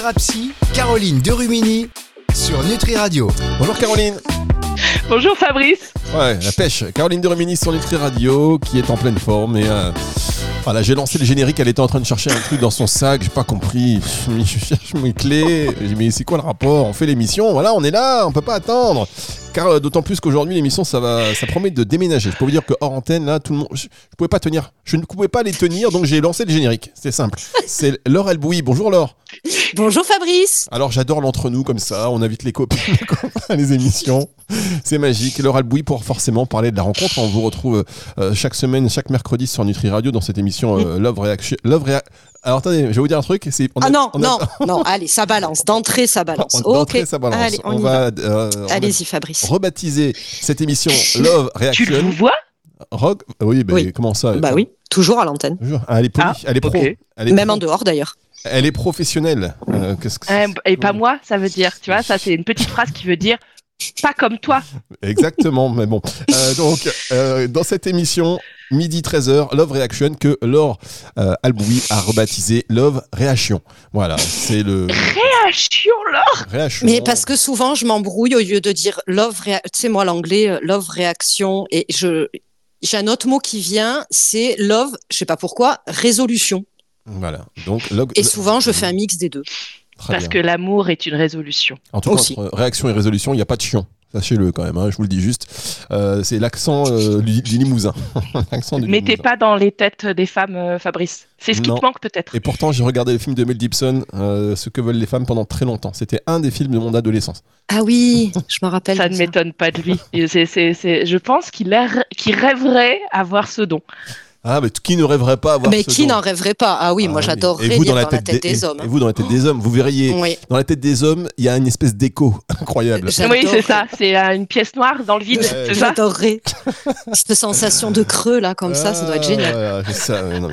Thérapie, Caroline Derumini sur Nutri Radio. Bonjour Caroline. Bonjour Fabrice. Ouais, la pêche. Caroline Derumini sur Nutri Radio qui est en pleine forme et voilà, j'ai lancé le générique, elle était en train de chercher un truc dans son sac, j'ai pas compris. Je cherche mes clés. J'ai dit mais c'est quoi le rapport ? On fait l'émission, voilà, on est là, on peut pas attendre. Car d'autant plus qu'aujourd'hui l'émission ça promet de déménager. Je peux vous dire que hors antenne là, tout le monde, je pouvais pas tenir. Je ne pouvais pas les tenir, donc j'ai lancé le générique. C'est simple. C'est Laure Albouy. Bonjour Laure. Bonjour Fabrice. Alors j'adore l'entre-nous comme ça, on invite les copains à les émissions. C'est magique. Laure Albouy pour forcément parler de la rencontre. On vous retrouve chaque semaine, chaque mercredi sur Nutri Radio dans cette émission Love Reaction. Alors attendez, je vais vous dire un truc. Non, allez, ça balance. D'entrée, ça balance. D'entrée, ça balance. Allez, on va. Allez-y Fabrice. Rebaptiser cette émission Love Reaction. Tu le vois ? Rock. Oui, oui. Comment ça ? Bah oui, toujours à l'antenne. Toujours. Elle est polie, elle est pro. Okay. Même en dehors d'ailleurs. Elle est professionnelle. Qu'est-ce que et pas moi, ça veut dire. Tu vois, ça c'est une petite phrase qui veut dire pas comme toi. Exactement, mais bon. Donc, dans cette émission, midi 13h, Love Reaction, que Laure Albouy a rebaptisé Love Reaction. Voilà, c'est le... Réaction, Laure. Réaction. Mais parce que souvent, je m'embrouille au lieu de dire Love Reaction. Tu sais, moi, l'anglais, Love Reaction, et j'ai un autre mot qui vient, c'est Love, je sais pas pourquoi, Résolution. Voilà. Donc, et souvent, je fais un mix des deux. Parce que l'amour est une résolution. En tout cas, entre réaction et résolution, il n'y a pas de chion. Sachez-le quand même, hein, je vous le dis juste. C'est l'accent du Limousin. Mettez pas dans les têtes des femmes, Fabrice. C'est ce qui te manque peut-être. Et pourtant, j'ai regardé le film de Mel Gibson, Ce que veulent les femmes, pendant très longtemps. C'était un des films de mon adolescence. Ah oui, je me rappelle. Ça ne m'étonne pas de lui. Je pense qu'il rêverait avoir ce don. Ah, mais qui ne rêverait pas avoir mais ce qui don ? n'en rêverait pas ? Ah oui, moi j'adorerais lire dans la tête des hommes. Et vous, dans la tête des hommes, vous verriez, dans la tête des hommes, il y a une espèce d'écho incroyable. Oui, c'est ça. C'est une pièce noire dans le vide, c'est ça ? J'adorerais. Cette sensation de creux, là, comme ça doit être génial. C'est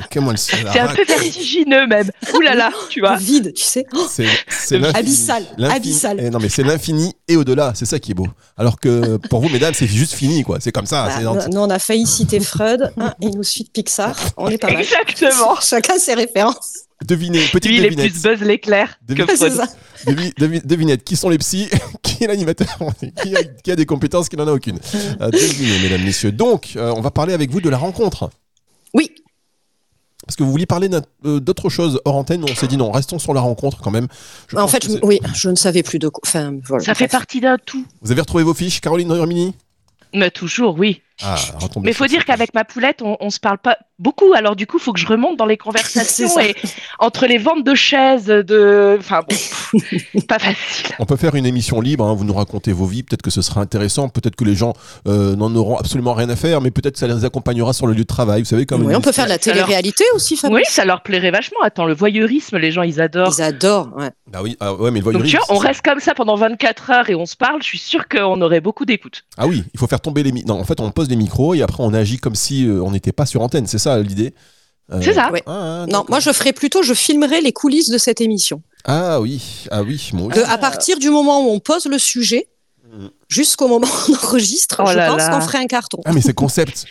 un peu vertigineux, même. Ouh là là, tu vois. Vide, tu sais. C'est abyssal. Abyssal. Non, mais c'est l'infini et au-delà. C'est ça qui est beau. Alors que pour vous, mesdames, c'est juste fini, quoi. C'est comme ça. Nous, on a failli citer Freud. Il nous suit de Pixar. On est pas mal. Exactement. Chacun ses références. Devinez, petite lui, devinette. Il est plus Buzz l'éclair que Freud. C'est ça. Devinette, qui sont les psys ? Qui est l'animateur ? Qui a des compétences ? Qui n'en a aucune ? Devinez, mesdames, messieurs. Donc, on va parler avec vous de la rencontre. Oui. Parce que vous vouliez parler d'autre chose hors antenne, mais on s'est dit non, restons sur la rencontre quand même. En fait, oui, je ne savais plus de quoi. Enfin, voilà. Ça fait partie d'un tout. Vous avez retrouvé vos fiches, Caroline Derumini ? Mais toujours, oui. Mais il faut dire qu'avec ma poulette, on se parle pas beaucoup. Alors du coup, il faut que je remonte dans les conversations et entre les ventes de chaises, enfin bon, pas facile. On peut faire une émission libre, hein, vous nous racontez vos vies, peut-être que ce sera intéressant, peut-être que les gens n'en auront absolument rien à faire, mais peut-être que ça les accompagnera sur le lieu de travail. Vous savez, comme on peut faire de la télé-réalité aussi, Fabrice. Oui, ça leur plairait vachement. Attends, le voyeurisme, les gens, ils adorent. Ils adorent, ouais. Bah oui, ouais, mais le voyeurisme. Donc tu vois, on reste comme ça pendant 24 heures et on se parle, je suis sûre qu'on aurait beaucoup d'écoute. Ah oui, il faut faire tomber les micros. Non, en fait, on pose les micros et après on agit comme si on n'était pas sur antenne, c'est ça l'idée ? C'est ça. Ouais. Non, moi je filmerais les coulisses de cette émission. Ah oui, moi aussi. À partir du moment où on pose le sujet, jusqu'au moment où on enregistre, je pense qu'on ferait un carton. Ah mais c'est concept.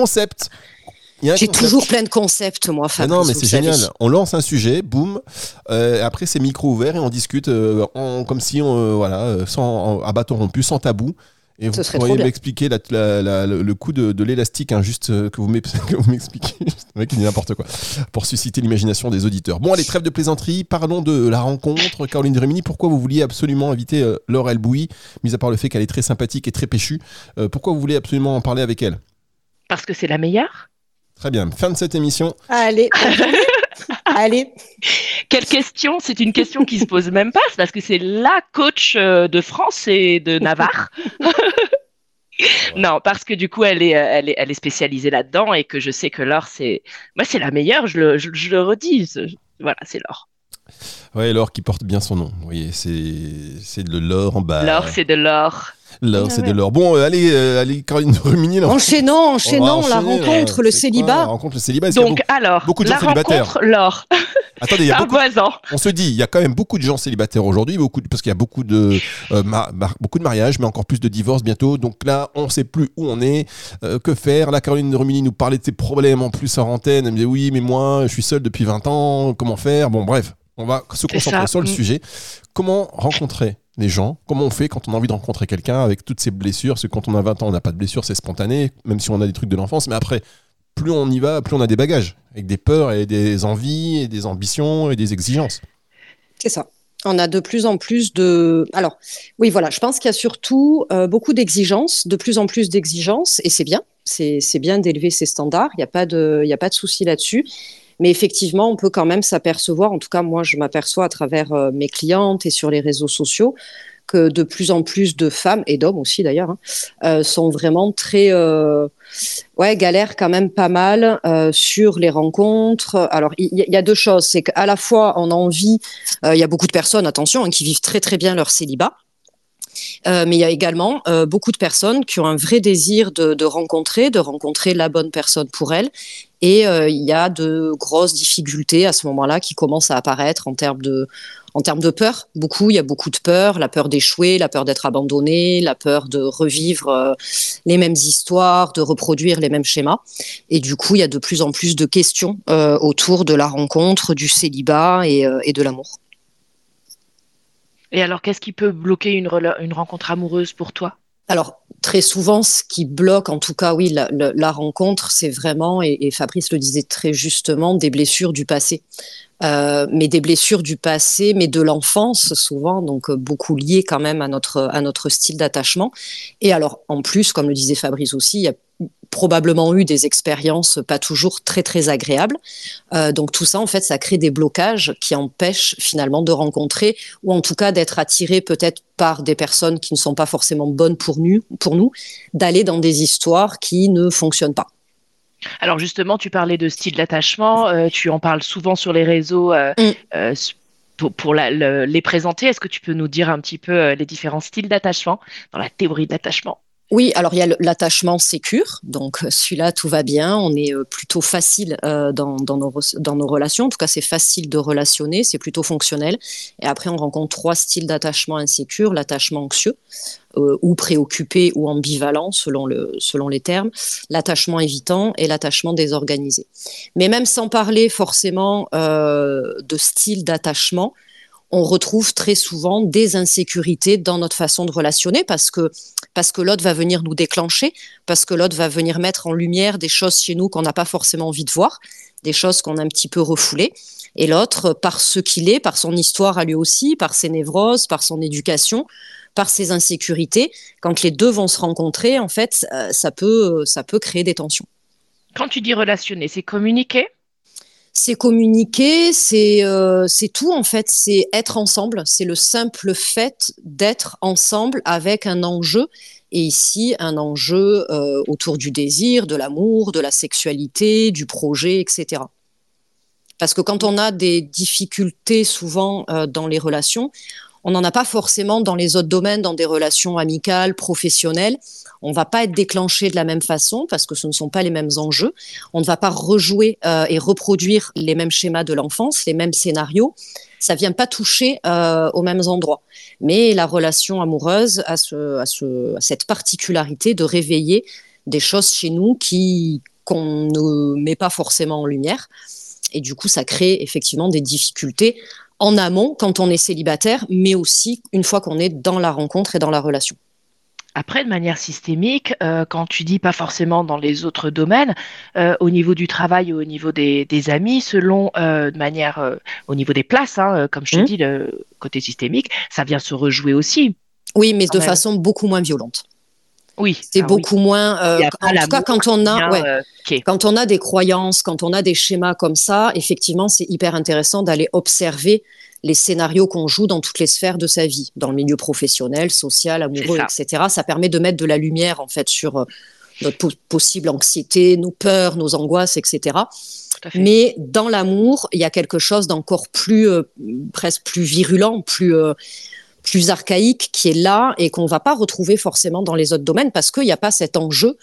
J'ai toujours plein de concepts, moi, Fabrice. Non, mais c'est génial. On lance un sujet, boum. Après, c'est micro ouvert et on discute comme si, sans à bâton rompu, sans tabou. Et vous pourriez m'expliquer le coup de l'élastique injuste que vous m'expliquez. Le mec, il dit n'importe quoi. Pour susciter l'imagination des auditeurs. Bon, allez, trêve de plaisanterie. Parlons de la rencontre. Caroline Derumini, pourquoi vous vouliez absolument inviter Laure Albouy, mis à part le fait qu'elle est très sympathique et très péchue. Pourquoi vous voulez absolument en parler avec elle ? Parce que c'est la meilleure. Très bien. Fin de cette émission. Allez. Allez. Quelle question ? C'est une question qui se pose même pas, c'est parce que c'est la coach de France et de Navarre. Non, parce que du coup, elle est spécialisée là-dedans et que je sais que Laure, c'est la meilleure, je le redis. Voilà, c'est Laure. Ouais, Laure qui porte bien son nom. Vous voyez, c'est de l'or en bas. Laure, c'est de l'or. L'or, c'est de l'or. Bon, allez, Caroline Derumini. Enchaînons, la rencontre, le célibat. La rencontre, le célibat. Donc, alors, beaucoup de gens la célibataires. rencontre, Laure. Attendez, il y a on se dit, il y a quand même beaucoup de gens célibataires aujourd'hui, parce qu'il y a beaucoup de mariages, mais encore plus de divorces bientôt. Donc là, on ne sait plus où on est, que faire. Là, Caroline Derumini nous parlait de ses problèmes en plus en antenne. Elle me disait, oui, mais moi, je suis seule depuis 20 ans, comment faire ? Bon, bref. On va se concentrer sur le sujet. Comment rencontrer les gens? Comment on fait quand on a envie de rencontrer quelqu'un avec toutes ses blessures? Parce que quand on a 20 ans, on n'a pas de blessures, c'est spontané, même si on a des trucs de l'enfance. Mais après, plus on y va, plus on a des bagages, avec des peurs et des envies et des ambitions et des exigences. C'est ça. On a de plus en plus de... Alors, oui, voilà, je pense qu'il y a surtout beaucoup d'exigences, de plus en plus d'exigences, et c'est bien. C'est bien d'élever ces standards, il n'y a pas de souci là-dessus. Mais effectivement, on peut quand même s'apercevoir, en tout cas, moi, je m'aperçois à travers mes clientes et sur les réseaux sociaux, que de plus en plus de femmes, et d'hommes aussi d'ailleurs, sont vraiment très... galèrent quand même pas mal sur les rencontres. Alors, il y a deux choses. C'est qu'à la fois, on a envie... Il y a beaucoup de personnes, attention, qui vivent très très bien leur célibat. Mais il y a également beaucoup de personnes qui ont un vrai désir de rencontrer la bonne personne pour elles. Et il y a de grosses difficultés à ce moment-là qui commencent à apparaître en termes de peur. Il y a beaucoup de peur, la peur d'échouer, la peur d'être abandonné, la peur de revivre les mêmes histoires, de reproduire les mêmes schémas. Et du coup, il y a de plus en plus de questions autour de la rencontre, du célibat et de l'amour. Et alors, qu'est-ce qui peut bloquer une rencontre amoureuse pour toi? Alors, très souvent, ce qui bloque, en tout cas, oui, la rencontre, c'est vraiment, et Fabrice le disait très justement, des blessures du passé. Mais des blessures du passé, mais de l'enfance souvent, donc beaucoup liées quand même à notre style d'attachement. Et alors, en plus, comme le disait Fabrice aussi, il y a probablement eu des expériences pas toujours très très agréables. Donc tout ça, en fait, ça crée des blocages qui empêchent finalement de rencontrer, ou en tout cas d'être attiré peut-être par des personnes qui ne sont pas forcément bonnes pour nous, d'aller dans des histoires qui ne fonctionnent pas. Alors justement, tu parlais de style d'attachement, tu en parles souvent sur les réseaux pour les présenter. Est-ce que tu peux nous dire un petit peu les différents styles d'attachement dans la théorie de l'attachement? Oui, alors il y a l'attachement sécure, donc celui-là tout va bien, on est plutôt facile dans nos relations, en tout cas c'est facile de relationner, c'est plutôt fonctionnel. Et après on rencontre 3 styles d'attachement insécure, l'attachement anxieux ou préoccupé ou ambivalent selon les termes, l'attachement évitant et l'attachement désorganisé. Mais même sans parler forcément de style d'attachement, on retrouve très souvent des insécurités dans notre façon de relationner parce que l'autre va venir nous déclencher, parce que l'autre va venir mettre en lumière des choses chez nous qu'on n'a pas forcément envie de voir, des choses qu'on a un petit peu refoulées. Et l'autre, par ce qu'il est, par son histoire à lui aussi, par ses névroses, par son éducation, par ses insécurités, quand les deux vont se rencontrer, en fait, ça peut créer des tensions. Quand tu dis relationner, c'est communiquer ? C'est communiquer, c'est tout en fait, c'est être ensemble, c'est le simple fait d'être ensemble avec un enjeu, et ici un enjeu autour du désir, de l'amour, de la sexualité, du projet, etc. Parce que quand on a des difficultés souvent dans les relations, on n'en a pas forcément dans les autres domaines, dans des relations amicales, professionnelles. On ne va pas être déclenché de la même façon parce que ce ne sont pas les mêmes enjeux. On ne va pas rejouer et reproduire les mêmes schémas de l'enfance, les mêmes scénarios. Ça ne vient pas toucher aux mêmes endroits. Mais la relation amoureuse a cette particularité de réveiller des choses chez nous qu'on ne met pas forcément en lumière. Et du coup, ça crée effectivement des difficultés en amont quand on est célibataire, mais aussi une fois qu'on est dans la rencontre et dans la relation. Après, de manière systémique, quand tu dis pas forcément dans les autres domaines, au niveau du travail ou au niveau des amis, selon de manière au niveau des places, comme je te dis, le côté systémique, ça vient se rejouer aussi. Oui, mais de façon beaucoup moins violente. Oui, c'est beaucoup moins. En tout cas, quand on a des croyances, quand on a des schémas comme ça, effectivement, c'est hyper intéressant d'aller observer les scénarios qu'on joue dans toutes les sphères de sa vie, dans le milieu professionnel, social, amoureux, etc. Ça permet de mettre de la lumière en fait sur notre possible anxiété, nos peurs, nos angoisses, etc. Mais dans l'amour, il y a quelque chose d'encore plus, presque plus virulent, plus archaïque qui est là et qu'on ne va pas retrouver forcément dans les autres domaines parce qu'il n'y a pas cet enjeu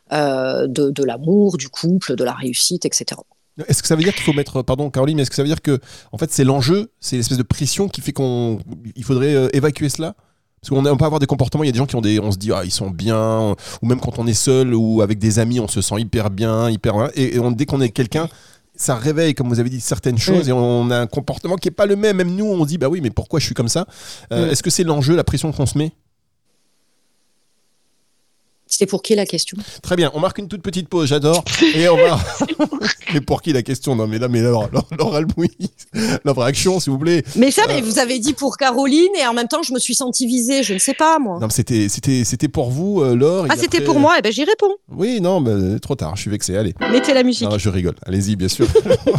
de l'amour, du couple, de la réussite, etc. Est-ce que ça veut dire qu'il faut mettre... Pardon Caroline, mais est-ce que ça veut dire que en fait, c'est l'enjeu, c'est l'espèce de pression qui fait qu'il faudrait évacuer cela ? Parce qu'on peut avoir des comportements, il y a des gens on se dit ils sont bien, ou même quand on est seul ou avec des amis, on se sent hyper bien, et dès qu'on est avec quelqu'un, ça réveille, comme vous avez dit, certaines choses et on a un comportement qui n'est pas le même. Même nous, on se dit, bah oui, mais pourquoi je suis comme ça ? Est-ce que c'est l'enjeu, la pression qu'on se met ? C'est pour qui la question ? Très bien, on marque une toute petite pause, j'adore. Et on va. Mais pour qui la question ? Non, mais là, Laura Albouy, la vraie action, s'il vous plaît. Mais ça, mais vous avez dit pour Caroline et en même temps, je me suis sentie visée. Je ne sais pas, moi. Non, mais c'était pour vous, Laure. Ah, c'était pour moi. Eh ben, j'y réponds. Oui, non, mais trop tard. Je suis vexé. Allez. Mettez la musique. Non, je rigole. Allez-y, bien sûr.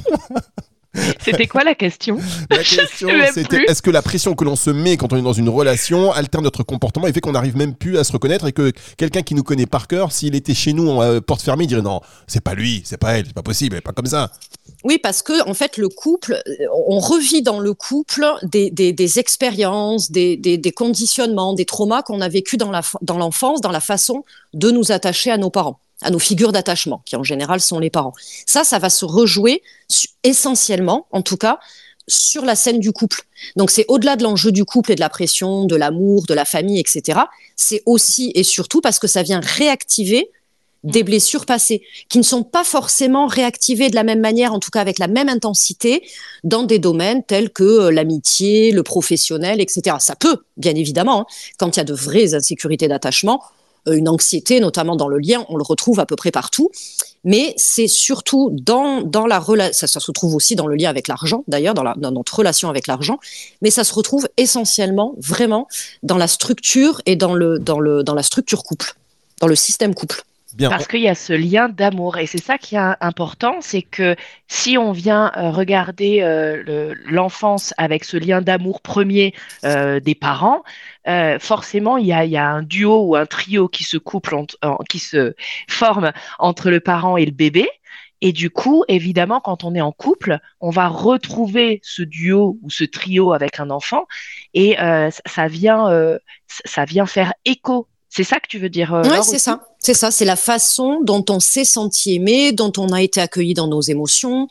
C'était quoi la question ? La question, c'était est-ce que la pression que l'on se met quand on est dans une relation altère notre comportement et fait qu'on n'arrive même plus à se reconnaître et que quelqu'un qui nous connaît par cœur, s'il était chez nous en porte fermée, il dirait non, c'est pas lui, c'est pas elle, c'est pas possible, elle est pas comme ça. Oui, parce que en fait, le couple, on revit dans le couple des expériences, des conditionnements, des traumas qu'on a vécu dans l'enfance, dans la façon de nous attacher à nos parents, à nos figures d'attachement, qui en général sont les parents. Ça va se rejouer essentiellement, en tout cas, sur la scène du couple. Donc c'est au-delà de l'enjeu du couple et de la pression, de l'amour, de la famille, etc. C'est aussi et surtout parce que ça vient réactiver des blessures passées, qui ne sont pas forcément réactivées de la même manière, en tout cas avec la même intensité, dans des domaines tels que l'amitié, le professionnel, etc. Ça peut, bien évidemment, quand il y a de vraies insécurités d'attachement, une anxiété, notamment dans le lien, on le retrouve à peu près partout. Mais c'est surtout dans la relation, ça se retrouve aussi dans le lien avec l'argent, d'ailleurs, dans notre relation avec l'argent, mais ça se retrouve essentiellement, vraiment, dans la structure et dans la structure couple, dans le système couple. Bien. Parce qu'il y a ce lien d'amour. Et c'est ça qui est important, c'est que si on vient regarder l'enfance avec ce lien d'amour premier des parents, forcément, il y a un duo ou un trio qui se qui se forme entre le parent et le bébé. Et du coup, évidemment, quand on est en couple, on va retrouver ce duo ou ce trio avec un enfant et ça vient faire écho. C'est ça que tu veux dire, Oui, Laure, c'est aussi ? ça. C'est ça. C'est la façon dont on s'est senti aimé, dont on a été accueilli dans nos émotions.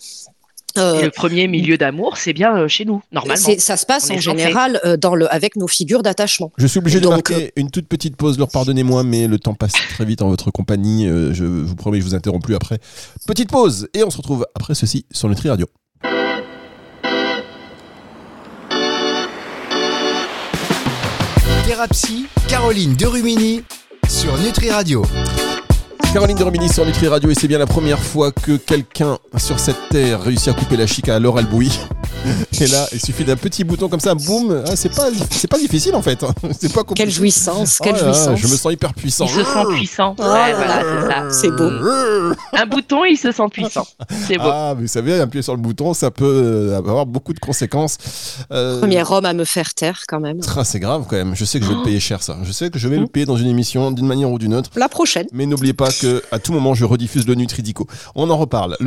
Et le premier milieu d'amour, c'est bien chez nous, normalement. Ça se passe en général avec nos figures d'attachement. Je suis obligé de marquer une toute petite pause, Laure, pardonnez-moi, mais le temps passe très vite en votre compagnie. Je vous promets que je vous interromps plus après. Petite pause, et on se retrouve après ceci sur Nutri Radio. Thérapie, Caroline Derumini sur Nutri Radio. Caroline Derumini sur Nutri Radio, et c'est bien la première fois que quelqu'un sur cette terre réussit à couper la chic à Laure Albouy. Et là, il suffit d'un petit bouton comme ça, boum, c'est pas difficile en fait. C'est pas compliqué. Quelle jouissance, je me sens hyper puissant. Il se sent puissant. Ouais, voilà, c'est ça. C'est beau. Un bouton, il se sent puissant. C'est beau. Ah, mais vous savez, appuyer sur le bouton, ça peut avoir beaucoup de conséquences. Premier homme à me faire taire quand même. C'est grave quand même. Je sais que je vais le payer cher, ça. Je sais que je vais le payer dans une émission d'une manière ou d'une autre. La prochaine. Mais n'oubliez pas qu'à tout moment, je rediffuse le Nutridico. On en reparle.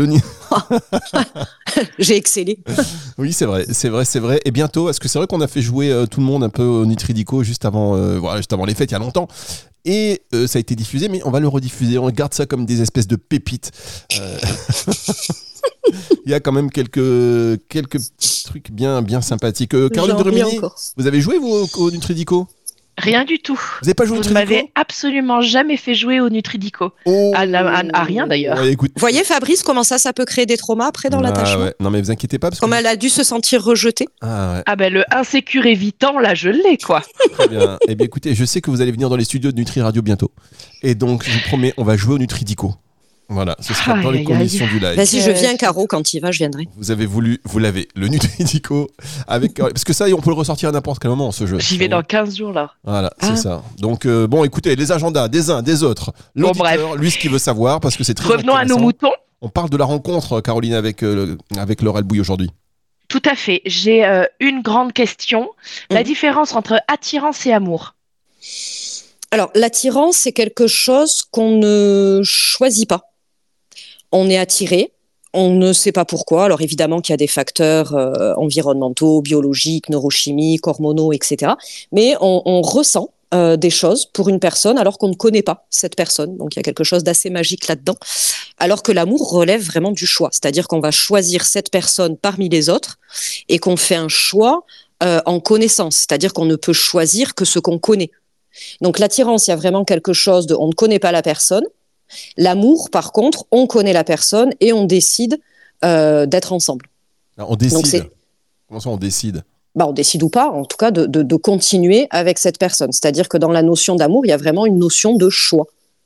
J'ai excellé. Oui, c'est vrai. Et bientôt, est-ce que c'est vrai qu'on a fait jouer tout le monde un peu au Nutridico juste avant les fêtes, il y a longtemps. Et ça a été diffusé, mais on va le rediffuser. On garde ça comme des espèces de pépites. Il y a quand même quelques petits trucs bien sympathiques. Caroline Derumini, vous avez joué vous au Nutridico ? Rien du tout. Vous n'avez pas joué au Nutridico ? Vous ne m'avez absolument jamais fait jouer au Nutridico. À rien d'ailleurs. Ouais, écoute. Vous voyez Fabrice, comment ça peut créer des traumas après dans l'attachement. Ouais. Non mais vous inquiétez pas. Comme elle a dû se sentir rejetée. Le insécure évitant, là je l'ai quoi. Très bien. Eh bien écoutez, je sais que vous allez venir dans les studios de Nutri Radio bientôt. Et donc je vous promets, on va jouer au Nutridico. Voilà, ce sera dans les conditions du live. Vas-y, je viens, Caro, quand il va, je viendrai. Vous l'avez, le Nutridico, parce que ça, on peut le ressortir à n'importe quel moment, ce jeu. J'y vais dans 15 jours, là. Voilà, c'est ça. Donc, écoutez, les agendas des uns, des autres, l'auditeur, lui, ce qu'il veut savoir, parce que c'est très Revenons à nos moutons. On parle de la rencontre, Caroline, avec Laure Albouy aujourd'hui. Tout à fait. J'ai une grande question. La différence entre attirance et amour. Alors, l'attirance, c'est quelque chose qu'on ne choisit pas. On est attiré, on ne sait pas pourquoi. Alors évidemment qu'il y a des facteurs environnementaux, biologiques, neurochimiques, hormonaux, etc. Mais on ressent des choses pour une personne alors qu'on ne connaît pas cette personne. Donc il y a quelque chose d'assez magique là-dedans. Alors que l'amour relève vraiment du choix. C'est-à-dire qu'on va choisir cette personne parmi les autres et qu'on fait un choix en connaissance. C'est-à-dire qu'on ne peut choisir que ce qu'on connaît. Donc l'attirance, il y a vraiment quelque chose de on ne connaît pas la personne. L'amour, par contre, on connaît la personne et on décide d'être ensemble. On décide. Comment ça, on décide ? On décide ou pas, en tout cas, de continuer avec cette personne. C'est-à-dire que dans la notion d'amour, il y a vraiment une notion de choix.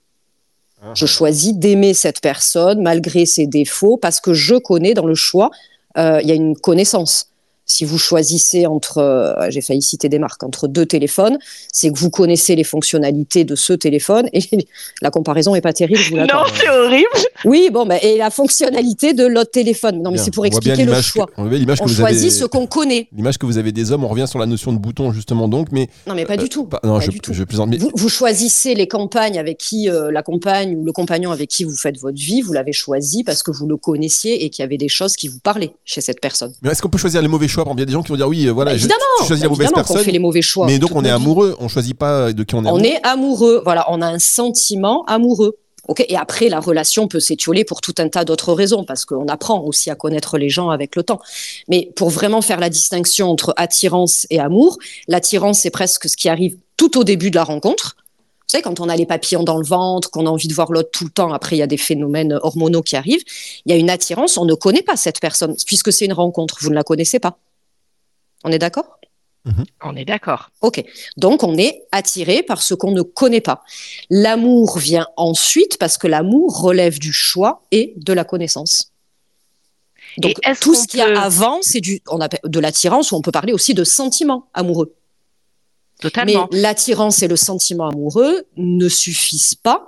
Je choisis d'aimer cette personne malgré ses défauts parce que je connais dans le choix, il y a une connaissance. Si vous choisissez j'ai failli citer des marques, entre 2 téléphones, c'est que vous connaissez les fonctionnalités de ce téléphone et la comparaison n'est pas terrible. Non, c'est horrible. Oui, et la fonctionnalité de l'autre téléphone. Non, mais c'est pour expliquer le choix. On choisit ce qu'on connaît. L'image que vous avez des hommes, on revient sur la notion de bouton justement donc, mais non, mais pas du tout. Je plaisante. Mais... Vous choisissez les compagnes avec qui la compagne ou le compagnon avec qui vous faites votre vie, vous l'avez choisi parce que vous le connaissiez et qu'il y avait des choses qui vous parlaient chez cette personne. Mais est-ce qu'on peut choisir les mauvais choix ? Il y a des gens qui vont dire oui, voilà, évidemment, tu choisis la mauvaise personne. On fait les mauvais choix. Mais donc on est amoureux, on choisit pas de qui on est amoureux. On est amoureux, voilà, on a un sentiment amoureux. Okay, et après, la relation peut s'étioler pour tout un tas d'autres raisons, parce qu'on apprend aussi à connaître les gens avec le temps. Mais pour vraiment faire la distinction entre attirance et amour, l'attirance, c'est presque ce qui arrive tout au début de la rencontre. Vous savez, quand on a les papillons dans le ventre, qu'on a envie de voir l'autre tout le temps, après il y a des phénomènes hormonaux qui arrivent, il y a une attirance, on ne connaît pas cette personne, puisque c'est une rencontre, vous ne la connaissez pas. On est d'accord ? On est d'accord. Ok, donc on est attiré par ce qu'on ne connaît pas. L'amour vient ensuite parce que l'amour relève du choix et de la connaissance. Donc tout ce qu'il y a avant, c'est on appelle de l'attirance, ou on peut parler aussi de sentiment amoureux. Totalement. Mais l'attirance et le sentiment amoureux ne suffisent pas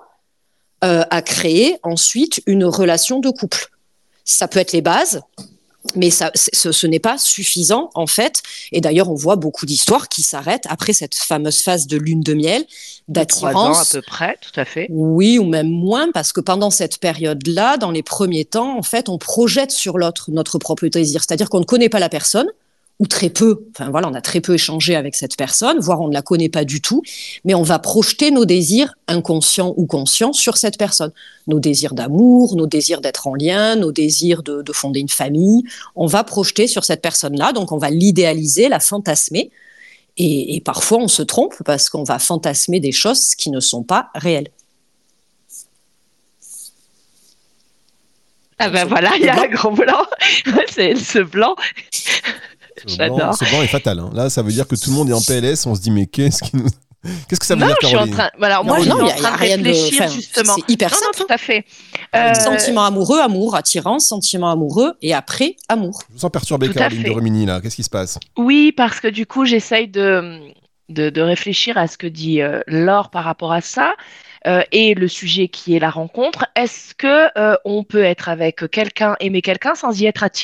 à créer ensuite une relation de couple. Ça peut être les bases, mais ce n'est pas suffisant en fait. Et d'ailleurs, on voit beaucoup d'histoires qui s'arrêtent après cette fameuse phase de lune de miel, d'attirance. 3 ans à peu près, tout à fait. Oui, ou même moins, parce que pendant cette période-là, dans les premiers temps, en fait, on projette sur l'autre notre propre désir. C'est-à-dire qu'on ne connaît pas la personne, ou très peu, enfin voilà, on a très peu échangé avec cette personne, voire on ne la connaît pas du tout, mais on va projeter nos désirs inconscients ou conscients sur cette personne. Nos désirs d'amour, nos désirs d'être en lien, nos désirs de fonder une famille, on va projeter sur cette personne-là, donc on va l'idéaliser, la fantasmer, et parfois on se trompe parce qu'on va fantasmer des choses qui ne sont pas réelles. Ah ben voilà, il y a un grand blanc, c'est ce blanc. J'adore. Ce blanc est fatal. Hein. Là, ça veut dire que tout le monde est en PLS. On se dit, mais qu'est-ce que ça veut dire, Caroline ? Moi, je suis en train de réfléchir, justement. C'est hyper simple. Tout à fait. Sentiment amoureux, amour, attirance, sentiment amoureux, et après, amour. Je vous sens perturbée, Caroline de Rumini, là. Qu'est-ce qui se passe ? Oui, parce que du coup, j'essaye de réfléchir à ce que dit Laure par rapport à ça. Et le sujet qui est la rencontre. Est-ce que on peut être avec quelqu'un, aimer quelqu'un sans y être attiré ?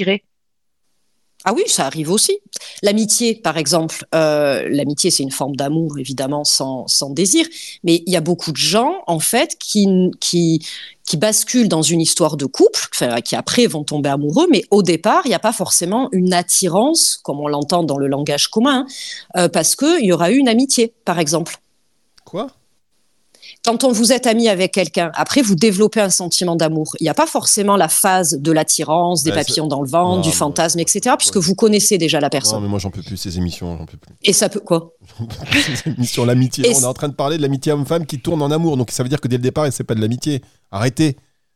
Ah oui, ça arrive aussi. L'amitié, par exemple, l'amitié, c'est une forme d'amour, évidemment, sans désir. Mais il y a beaucoup de gens, en fait, qui basculent dans une histoire de couple, qui après vont tomber amoureux, mais au départ, il n'y a pas forcément une attirance, comme on l'entend dans le langage commun, parce qu'il y aura eu une amitié, par exemple. Quoi ? Quand vous êtes ami avec quelqu'un, après vous développez un sentiment d'amour. Il n'y a pas forcément la phase de l'attirance, des papillons dans le ventre, du fantasme, etc., puisque vous connaissez déjà la personne. Non, mais moi j'en peux plus ces émissions, j'en peux plus. Et ça peut quoi ? Ces émissions, l'amitié. On est en train de parler de l'amitié homme-femme qui tourne en amour, donc ça veut dire que dès le départ, c'est pas de l'amitié. Arrêtez.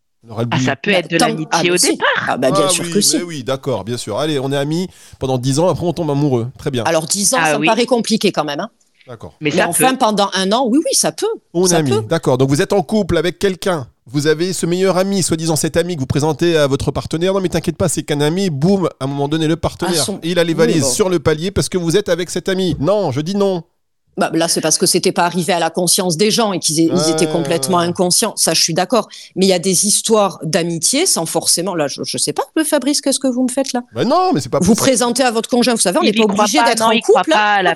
Ça peut être de l'amitié au départ. Ah bah bien sûr que si. Oui, d'accord, bien sûr. Allez, on est amis pendant 10 ans, après on tombe amoureux. Très bien. Alors 10 ans, ça me paraît compliqué quand même. Hein. D'accord. Mais enfin, pendant 1 an, oui, ça peut. On est amis, d'accord. Donc vous êtes en couple avec quelqu'un. Vous avez ce meilleur ami, soi-disant cet ami que vous présentez à votre partenaire. Non mais t'inquiète pas, c'est qu'un ami. Boum, à un moment donné, le partenaire, il a les valises sur le palier parce que vous êtes avec cet ami. Non, je dis non. Bah, là, c'est parce que c'était pas arrivé à la conscience des gens et qu'ils étaient complètement inconscients. Ça, je suis d'accord. Mais il y a des histoires d'amitié sans forcément. Là, je sais pas, Fabrice, qu'est-ce que vous me faites là ? Bah non, mais c'est pas. Vous présentez à votre conjoint, vous savez, on n'est pas obligé d'être en couple.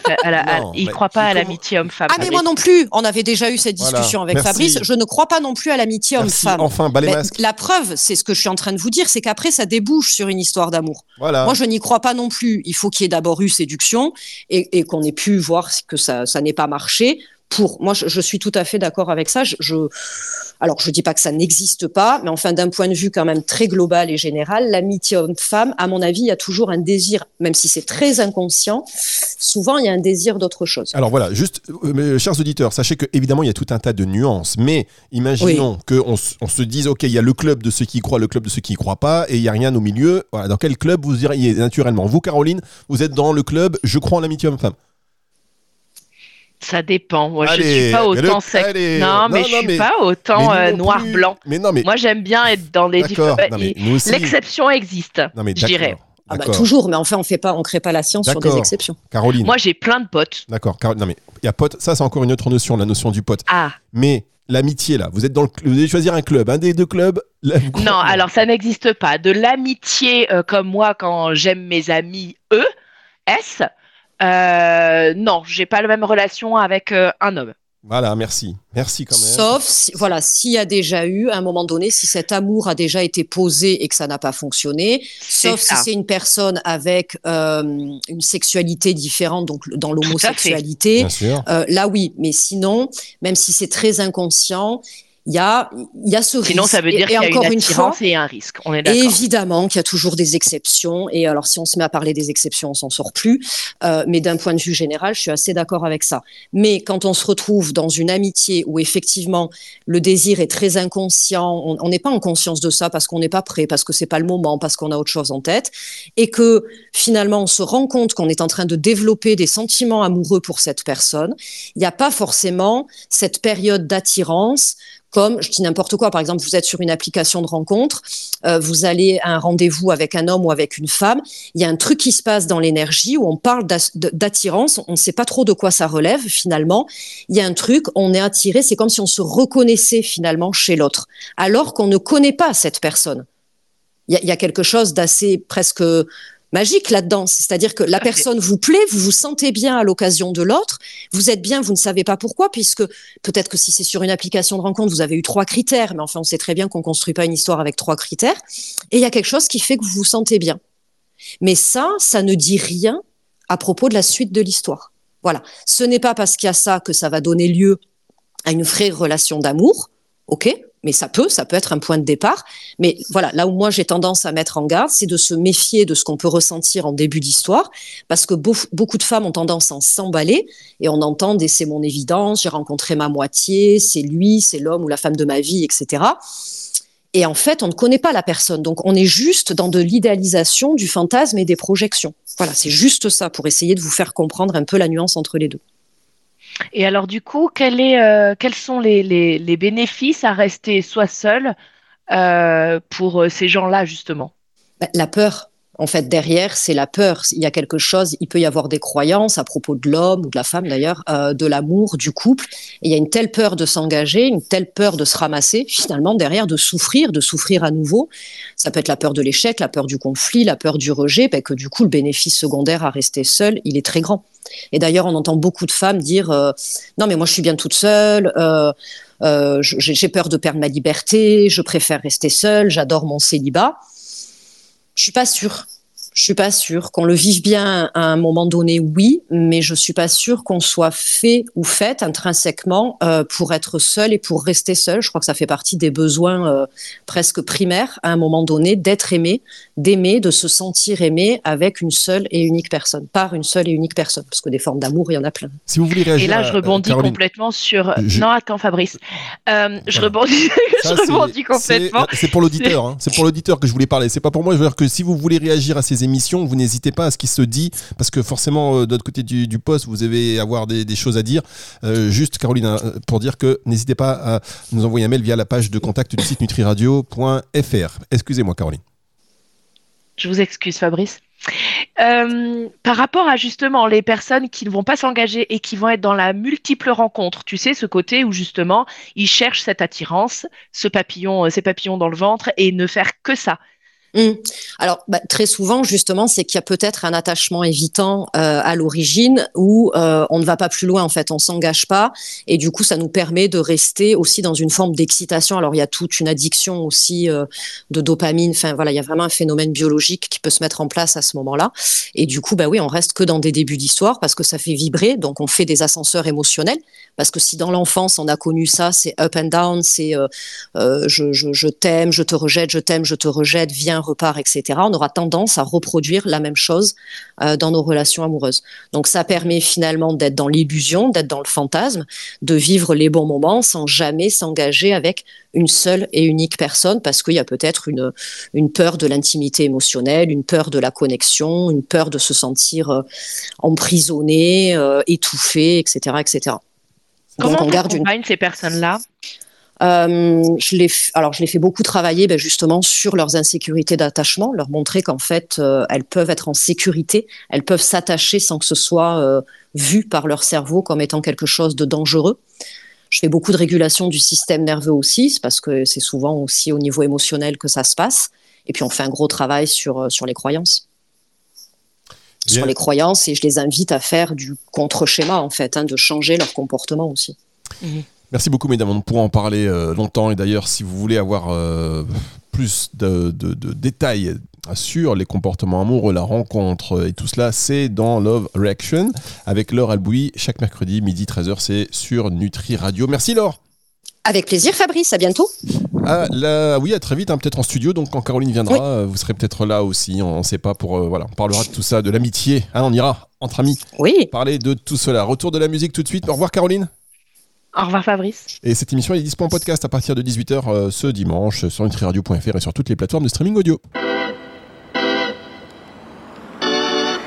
Il croit pas à l'amitié homme-femme. Ah mais moi non plus. On avait déjà eu cette discussion avec Fabrice. Je ne crois pas non plus à l'amitié homme-femme. Enfin, balai masque. La preuve, c'est ce que je suis en train de vous dire, c'est qu'après ça débouche sur une histoire d'amour. Voilà. Moi, je n'y crois pas non plus. Il faut qu'il y ait d'abord eu séduction et qu'on ait pu voir que ça n'ait pas marché Moi, je suis tout à fait d'accord avec ça. Alors, je dis pas que ça n'existe pas, mais enfin, d'un point de vue quand même très global et général, l'amitié homme-femme, à mon avis, il y a toujours un désir, même si c'est très inconscient, souvent il y a un désir d'autre chose. Alors voilà, juste, chers auditeurs, sachez qu'évidemment, il y a tout un tas de nuances, mais imaginons qu'on se dise, OK, il y a le club de ceux qui y croient, le club de ceux qui y croient pas, et il n'y a rien au milieu. Voilà, dans quel club vous iriez naturellement? Vous, Caroline, vous êtes dans le club « Je crois en l'amitié homme-femme ». Ça dépend. Moi, je suis pas autant je suis pas autant noir-blanc. Moi, j'aime bien être dans les différents. L'exception existe, je dirais. Ah bah toujours, mais enfin, on crée pas la science sur des exceptions. Caroline. Moi, j'ai plein de potes. D'accord. Non, mais il y a pote. Ça, c'est encore une autre notion, la notion du pote. Ah. Mais l'amitié, là, vous allez choisir un club, un des deux clubs. Là, non, alors ça n'existe pas. De l'amitié comme moi quand j'aime mes amis, non, j'ai pas la même relation avec un homme. Voilà, merci quand même. Sauf s'il y a déjà eu, à un moment donné, si cet amour a déjà été posé et que ça n'a pas fonctionné, si c'est une personne avec une sexualité différente, donc dans l'homosexualité, là oui, mais sinon, même si c'est très inconscient, il y a ce risque. Sinon, ça veut dire qu'il y a une attirance et un risque. On est d'accord. Évidemment qu'il y a toujours des exceptions. Et alors, si on se met à parler des exceptions, on s'en sort plus. Mais d'un point de vue général, je suis assez d'accord avec ça. Mais quand on se retrouve dans une amitié où effectivement le désir est très inconscient, on n'est pas en conscience de ça parce qu'on n'est pas prêt, parce que c'est pas le moment, parce qu'on a autre chose en tête, et que finalement on se rend compte qu'on est en train de développer des sentiments amoureux pour cette personne, il n'y a pas forcément cette période d'attirance. Comme, je dis n'importe quoi, par exemple, vous êtes sur une application de rencontre, vous allez à un rendez-vous avec un homme ou avec une femme, il y a un truc qui se passe dans l'énergie où on parle d'attirance, on ne sait pas trop de quoi ça relève finalement, il y a un truc, on est attiré, c'est comme si on se reconnaissait finalement chez l'autre, alors qu'on ne connaît pas cette personne. Il y a quelque chose d'assez presque magique là-dedans, c'est-à-dire que la personne vous plaît, vous vous sentez bien à l'occasion de l'autre, vous êtes bien, vous ne savez pas pourquoi, puisque peut-être que si c'est sur une application de rencontre, vous avez eu 3 critères, mais enfin on sait très bien qu'on construit pas une histoire avec 3 critères, et il y a quelque chose qui fait que vous vous sentez bien. Mais ça ne dit rien à propos de la suite de l'histoire. Voilà, ce n'est pas parce qu'il y a ça que ça va donner lieu à une vraie relation d'amour, ok ? Mais ça peut être un point de départ. Mais voilà, là où moi j'ai tendance à mettre en garde, c'est de se méfier de ce qu'on peut ressentir en début d'histoire, parce que beaucoup de femmes ont tendance à s'emballer et on entend des c'est mon évidence, j'ai rencontré ma moitié, c'est lui, c'est l'homme ou la femme de ma vie, etc. Et en fait, on ne connaît pas la personne. Donc, on est juste dans de l'idéalisation, du fantasme et des projections. Voilà, c'est juste ça pour essayer de vous faire comprendre un peu la nuance entre les deux. Et alors du coup, quels sont les bénéfices à rester soi seul pour ces gens-là justement? La peur. En fait, derrière, c'est la peur. Il y a quelque chose, il peut y avoir des croyances à propos de l'homme ou de la femme d'ailleurs, de l'amour, du couple. Et il y a une telle peur de s'engager, une telle peur de se ramasser, finalement, derrière, de souffrir à nouveau. Ça peut être la peur de l'échec, la peur du conflit, la peur du rejet, que du coup, le bénéfice secondaire à rester seul, il est très grand. Et d'ailleurs, on entend beaucoup de femmes dire non, mais moi, je suis bien toute seule. J'ai peur de perdre ma liberté. Je préfère rester seule. J'adore mon célibat. Je suis pas sûre qu'on le vive bien à un moment donné, oui, mais je suis pas sûre qu'on soit fait ou faite intrinsèquement pour être seul et pour rester seul. Je crois que ça fait partie des besoins presque primaires à un moment donné, d'être aimé, d'aimer, de se sentir aimé avec une seule et unique personne, par une seule et unique personne, parce que des formes d'amour, il y en a plein. Si vous voulez réagir, et là, je rebondis complètement sur... Non, attends, Fabrice. Je rebondis complètement. C'est pour l'auditeur, hein. C'est pour l'auditeur que je voulais parler. C'est pas pour moi. Je veux dire que si vous voulez réagir à ces émissions, vous n'hésitez pas à ce qui se dit, parce que forcément, de l'autre côté du poste, vous allez avoir des choses à dire. Juste, Caroline, pour dire que n'hésitez pas à nous envoyer un mail via la page de contact du site nutriradio.fr. Excusez-moi, Caroline. Je vous excuse, Fabrice. Par rapport à justement les personnes qui ne vont pas s'engager et qui vont être dans la multiple rencontre, tu sais, ce côté où justement ils cherchent cette attirance, ces papillons dans le ventre et ne faire que ça. Alors, très souvent, justement, c'est qu'il y a peut-être un attachement évitant à l'origine où on ne va pas plus loin, en fait, on s'engage pas, et du coup, ça nous permet de rester aussi dans une forme d'excitation. Alors, il y a toute une addiction aussi de dopamine. Enfin, voilà, il y a vraiment un phénomène biologique qui peut se mettre en place à ce moment-là. Et du coup, oui, on reste que dans des débuts d'histoire parce que ça fait vibrer, donc on fait des ascenseurs émotionnels. Parce que si dans l'enfance, on a connu ça, c'est up and down, c'est je t'aime, je te rejette, je t'aime, je te rejette, viens, repart, etc. On aura tendance à reproduire la même chose dans nos relations amoureuses. Donc ça permet finalement d'être dans l'illusion, d'être dans le fantasme, de vivre les bons moments sans jamais s'engager avec une seule et unique personne, parce qu'il y a peut-être une peur de l'intimité émotionnelle, une peur de la connexion, une peur de se sentir emprisonné, étouffé, etc., etc. Comment on accompagne ces personnes-là ? Je les fais beaucoup travailler justement sur leurs insécurités d'attachement, leur montrer qu'en fait elles peuvent être en sécurité, elles peuvent s'attacher sans que ce soit vu par leur cerveau comme étant quelque chose de dangereux. Je fais beaucoup de régulation du système nerveux aussi, parce que c'est souvent aussi au niveau émotionnel que ça se passe. Et puis on fait un gros travail sur les croyances. Sur les croyances, et je les invite à faire du contre-schéma en fait, de changer leur comportement aussi. Merci beaucoup mesdames, on pourra en parler longtemps, et d'ailleurs si vous voulez avoir plus de détails sur les comportements amoureux, la rencontre et tout cela, c'est dans Love Reaction avec Laure Albouy, chaque mercredi midi 13h, c'est sur Nutri Radio. Merci Laure. Avec plaisir Fabrice, à bientôt. Oui, à très vite, peut-être en studio, donc quand Caroline viendra, vous serez peut-être là aussi, on ne sait pas, on parlera de tout ça, de l'amitié, on ira entre amis parler de tout cela. Retour de la musique tout de suite, au revoir Caroline. Au revoir Fabrice. Et cette émission est disponible en podcast à partir de 18h ce dimanche sur nutriradio.fr et sur toutes les plateformes de streaming audio.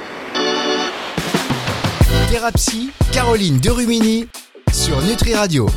Thérapie, Caroline Derumini sur Nutri Radio.